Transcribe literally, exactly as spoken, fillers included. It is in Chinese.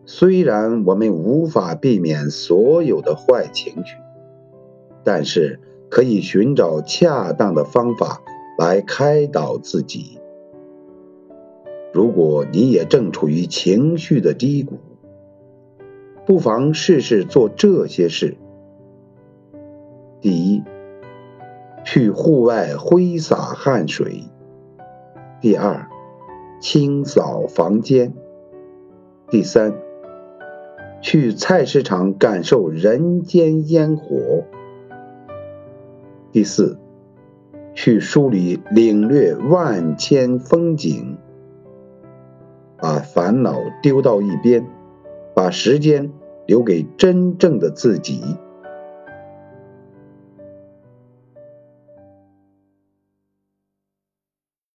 虽然我们无法避免所有的坏情绪，但是可以寻找恰当的方法来开导自己。如果你也正处于情绪的低谷，不妨试试做这些事。第一，去户外挥洒汗水。第二，清扫房间。第三，去菜市场感受人间烟火。第四，去书里领略万千风景。把烦恼丢到一边，把时间留给真正的自己。